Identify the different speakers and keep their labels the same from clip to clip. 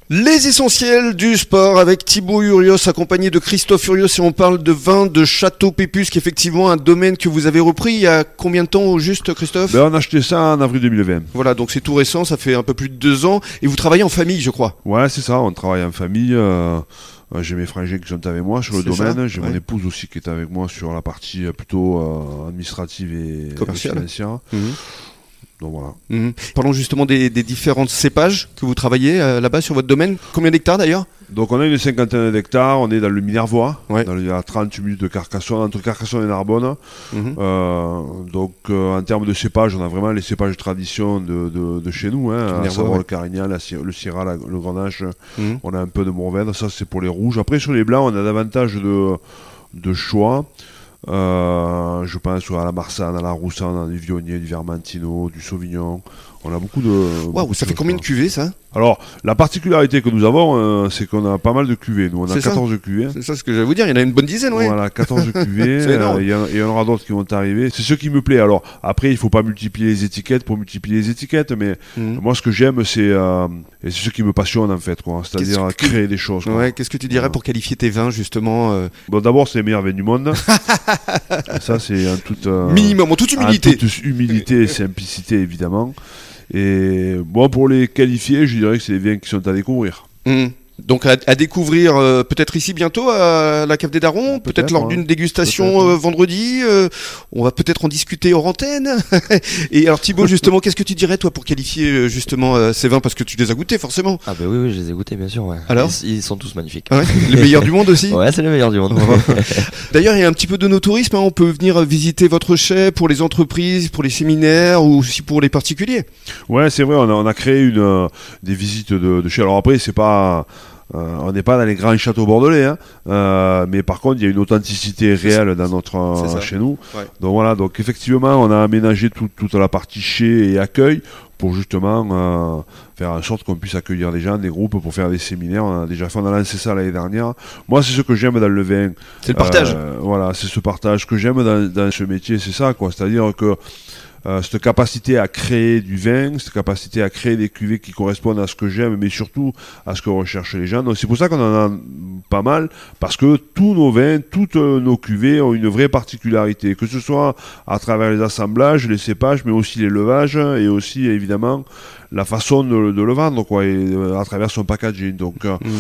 Speaker 1: Les essentiels du sport avec Thibaut Urios accompagné de Christophe Urios et on parle de vin de Château Pépus qui est effectivement un domaine que vous avez repris il y a combien de temps au juste Christophe ?
Speaker 2: On a acheté ça en avril 2020.
Speaker 1: Voilà, donc c'est tout récent, ça fait un peu plus de 2 ans et vous travaillez en famille je crois.
Speaker 2: Ouais c'est ça, on travaille en famille, j'ai mes frangins qui sont avec moi sur le domaine, j'ai mon épouse aussi qui est avec moi sur la partie plutôt administrative et financière. Donc voilà.
Speaker 1: Parlons justement des différentes cépages que vous travaillez là-bas sur votre domaine. Combien d'hectares d'ailleurs ?
Speaker 2: Donc on a une cinquantaine d'hectares, on est dans le Minervois, à 30 minutes de Carcassonne, entre Carcassonne et Narbonne. Donc en termes de cépages, on a vraiment les cépages de tradition de chez nous, à savoir le Carignan, le Syrah, le Grenache, on a un peu de Mourvèdre, ça c'est pour les rouges. Après sur les blancs, on a davantage de choix. Je pense à la Marsanne, à la Roussanne, du Viognier, du Vermentino, du Sauvignon. On a beaucoup de.
Speaker 1: Waouh, ça fait combien de cuvées ça ?
Speaker 2: Alors, la particularité que nous avons, c'est qu'on a pas mal de cuvées. Nous, on a 14 cuvées.
Speaker 1: C'est ça ce que j'allais vous dire, il y en a une bonne dizaine, ouais.
Speaker 2: Voilà, 14 cuvées. Il y en aura d'autres qui vont arriver. C'est ce qui me plaît. Alors, après, il faut pas multiplier les étiquettes pour multiplier les étiquettes, mais moi, ce que j'aime, c'est ce qui me passionne, en fait, quoi. C'est-à-dire créer des choses. Quoi.
Speaker 1: Ouais, qu'est-ce que tu dirais pour qualifier tes vins, justement
Speaker 2: Bon, d'abord, c'est les meilleurs vins du monde. Ça, c'est en toute.
Speaker 1: Minimum, en toute humilité.
Speaker 2: En toute humilité et simplicité, évidemment. Et bon, pour les qualifier, je dirais que c'est des vins qui sont à découvrir.
Speaker 1: Donc à découvrir peut-être ici bientôt à la Cave des Darons, peut-être lors d'une dégustation vendredi, on va peut-être en discuter hors antenne. Et alors Thibaut, justement, qu'est-ce que tu dirais toi pour qualifier justement ces vins, parce que tu les as goûtés forcément.
Speaker 3: Ah bah oui, je les ai goûtés bien sûr. Ouais.
Speaker 1: Alors
Speaker 3: ils sont tous magnifiques.
Speaker 1: Ouais, les meilleurs du monde aussi.
Speaker 3: Ouais, c'est les meilleurs du monde.
Speaker 1: D'ailleurs, il y a un petit peu de no-tourisme, on peut venir visiter votre chai pour les entreprises, pour les séminaires ou aussi pour les particuliers.
Speaker 2: Ouais, c'est vrai, on a créé des visites de chai. Alors après, c'est pas... on n'est pas dans les grands châteaux bordelais, mais par contre il y a une authenticité réelle dans notre chez nous. Ouais. Donc voilà, donc effectivement on a aménagé toute la partie chai et accueil pour justement faire en sorte qu'on puisse accueillir des gens, des groupes pour faire des séminaires. On a lancé ça l'année dernière. Moi c'est ce que j'aime dans le vin.
Speaker 1: C'est le partage.
Speaker 2: Voilà, c'est ce partage que j'aime dans ce métier, c'est ça quoi. C'est-à-dire que cette capacité à créer du vin, cette capacité à créer des cuvées qui correspondent à ce que j'aime, mais surtout à ce que recherchent les gens. Donc c'est pour ça qu'on en a pas mal, parce que tous nos vins, toutes nos cuvées ont une vraie particularité, que ce soit à travers les assemblages, les cépages, mais aussi les leuvages, et aussi évidemment la façon de le vendre, quoi, et à travers son packaging. Donc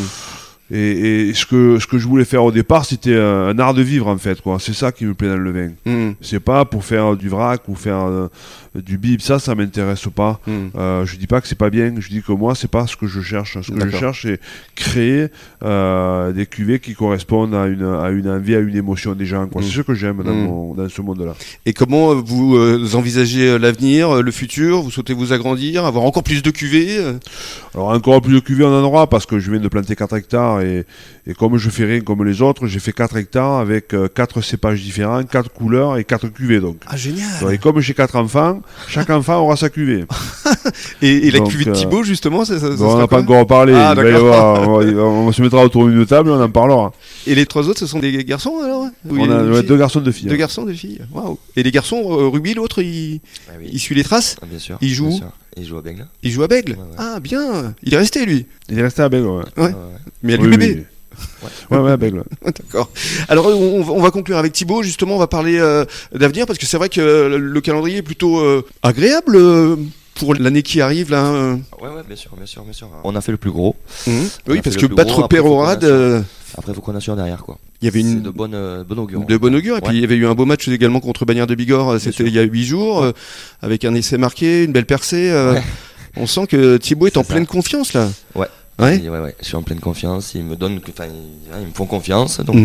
Speaker 2: Et ce que je voulais faire au départ, c'était un art de vivre en fait, quoi. C'est ça qui me plaît dans le vin. C'est pas pour faire du vrac ou faire du bib, ça m'intéresse pas. Je dis pas que c'est pas bien, je dis que moi c'est pas ce que je cherche. Ce que je cherche, c'est créer des cuvées qui correspondent à une envie, à une émotion des gens, quoi. C'est ce que j'aime dans ce monde-là.
Speaker 1: Et comment vous envisagez l'avenir, le futur ? Vous souhaitez vous agrandir, avoir encore plus de cuvées ?
Speaker 2: Alors encore plus de cuvées on en aura, parce que je viens de planter 4 hectares et comme je fais rien comme les autres, j'ai fait 4 hectares avec 4 cépages différents, 4 couleurs et 4 cuvées. Donc.
Speaker 1: Ah génial.
Speaker 2: Et comme j'ai 4 enfants, chaque enfant aura sa cuvée.
Speaker 1: et la cuvée de Thibaut justement, ça
Speaker 2: on n'a pas encore parlé.
Speaker 1: Ah,
Speaker 2: on se mettra autour d'une table et on en parlera.
Speaker 1: Et les 3 autres, ce sont des garçons alors ?
Speaker 2: On a 2 garçons, 2 filles.
Speaker 1: 2 garçons, 2 filles. Waouh. Et les garçons, Ruby, l'autre, il suit les traces ?
Speaker 3: Bien sûr.
Speaker 1: Il joue
Speaker 3: où ? Il joue à Bègle.
Speaker 1: Il joue à Bègle ? Ouais. Ah bien. Il est resté lui ?
Speaker 2: Il est resté à Bègle, ouais.
Speaker 1: Mais à l'UBB.
Speaker 2: Ouais, Bègle.
Speaker 1: D'accord. Alors on va conclure avec Thibaut, justement, on va parler d'avenir, parce que c'est vrai que le calendrier est plutôt agréable pour l'année qui arrive là.
Speaker 3: Ouais, bien sûr. On a fait le plus gros.
Speaker 1: Oui, parce que battre Pérorade.
Speaker 3: Après, il faut qu'on assure derrière, quoi.
Speaker 1: Il y avait
Speaker 3: c'est de bonne augure.
Speaker 1: De bonne augure. Et puis il y avait eu un beau match également contre Bagnères de Bigorre, c'était il y a 8 jours, avec un essai marqué, une belle percée. On sent que Thibaut est en pleine confiance là.
Speaker 3: Ouais. Je suis en pleine confiance. Ils me font confiance, donc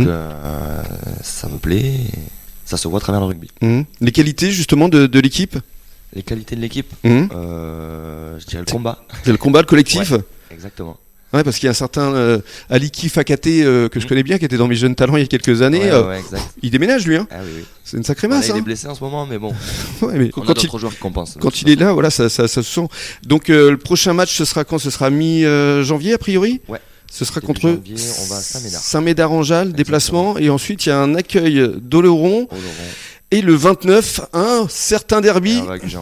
Speaker 3: ça me plaît. Et ça se voit à travers le rugby.
Speaker 1: Les qualités justement de l'équipe.
Speaker 3: Les qualités de l'équipe. Je dirais le combat.
Speaker 1: C'est le combat, le collectif.
Speaker 3: Ouais, exactement.
Speaker 1: Ouais, parce qu'il y a un certain Aliki Fakaté que je connais bien, qui était dans Mes Jeunes Talents il y a quelques années. Il déménage lui, hein.
Speaker 3: Ah oui.
Speaker 1: C'est une sacrée masse.
Speaker 3: Il est blessé en ce moment, mais bon.
Speaker 1: Mais
Speaker 3: on a d'autres joueurs qui compensent.
Speaker 1: Quand il est là, voilà, ça se sent. Donc le prochain match, ce sera quand ? Ce sera mi-janvier a priori.
Speaker 3: Ouais.
Speaker 1: Ce sera
Speaker 3: début
Speaker 1: contre
Speaker 3: janvier, on va à Saint-Médard.
Speaker 1: Saint-Médard-en-Jalles, déplacement, et ensuite il y a un accueil d'Oleron. Et le 29, un certain derby.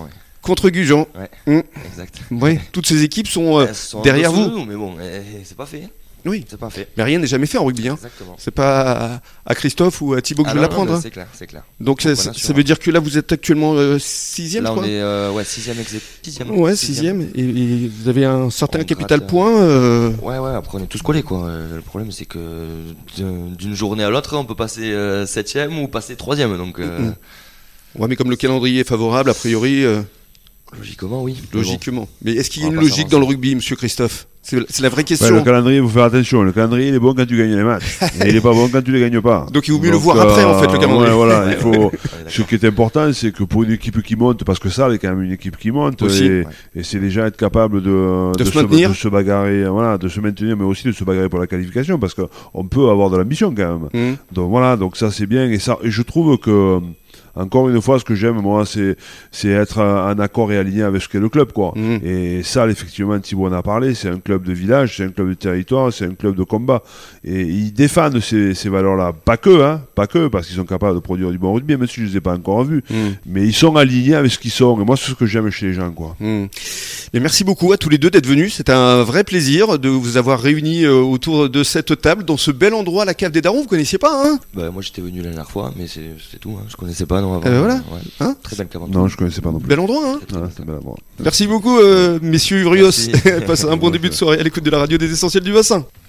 Speaker 1: contre Gujan.
Speaker 3: Ouais, exact.
Speaker 1: Ouais, toutes ces équipes sont,
Speaker 3: Elles sont
Speaker 1: derrière
Speaker 3: en dessous de
Speaker 1: vous.
Speaker 3: nous, mais bon, c'est pas fait.
Speaker 1: Oui,
Speaker 3: C'est pas fait.
Speaker 1: mais rien n'est jamais fait en rugby. Hein.
Speaker 3: Exactement.
Speaker 1: C'est pas à Christophe ou à Thibaut que je vais l'apprendre. Hein.
Speaker 3: C'est clair, c'est clair.
Speaker 1: Donc ça veut dire que là vous êtes actuellement 6e,
Speaker 3: Là,
Speaker 1: je crois.
Speaker 3: on est 6e.
Speaker 1: Ouais, 6e. Et vous avez un certain
Speaker 3: On
Speaker 1: capital
Speaker 3: gratte,
Speaker 1: point.
Speaker 3: Ouais, après on est tous collés quoi. Le problème c'est que d'une journée à l'autre, on peut passer 7e ou passer 3e. Donc,
Speaker 1: Ouais, mais comme le calendrier est favorable, a priori.
Speaker 3: Logiquement, oui.
Speaker 1: Logiquement. Mais est-ce qu'il y a
Speaker 3: On
Speaker 1: une
Speaker 3: va pas
Speaker 1: logique dans le rugby, monsieur Christophe? C'est la vraie question.
Speaker 2: Le calendrier, il faut faire attention. Le calendrier, il est bon quand tu gagnes les matchs. Et il est pas bon quand tu les gagnes pas.
Speaker 1: Donc il vaut mieux le voir après, en fait, le calendrier.
Speaker 2: Ouais, voilà. Il faut. Ce qui est important, c'est que pour une équipe qui monte, parce que ça, c'est quand même une équipe qui monte,
Speaker 1: aussi,
Speaker 2: et c'est déjà être capable de se bagarrer, voilà, de se maintenir, mais aussi de se bagarrer pour la qualification, parce qu'on peut avoir de l'ambition quand même. Donc voilà, donc ça c'est bien, et je trouve que. Encore une fois, ce que j'aime, moi, c'est être en accord et aligné avec ce qu'est le club, quoi. Et ça, effectivement, Thibaut en a parlé, c'est un club de village, c'est un club de territoire, c'est un club de combat. Et ils défendent ces valeurs-là. Pas que, parce qu'ils sont capables de produire du bon rugby, même si je ne les ai pas encore vus. Mais ils sont alignés avec ce qu'ils sont. Et moi, c'est ce que j'aime chez les gens, quoi.
Speaker 1: Et merci beaucoup à tous les deux d'être venus. C'est un vrai plaisir de vous avoir réunis autour de cette table, dans ce bel endroit, la cave des Darons. Vous connaissiez pas, hein?
Speaker 3: Bah, moi, j'étais venu la dernière fois, mais c'est tout. Hein. Je connaissais pas. Non, avant,
Speaker 1: voilà.
Speaker 3: Ouais.
Speaker 1: Hein,
Speaker 3: très belle cave.
Speaker 2: Non, je connaissais pas non plus.
Speaker 1: Bel endroit, hein.
Speaker 2: C'est bel endroit.
Speaker 1: Merci beaucoup, messieurs Urios. Passez un bon début de soirée à l'écoute de la radio des Essentiels du Bassin.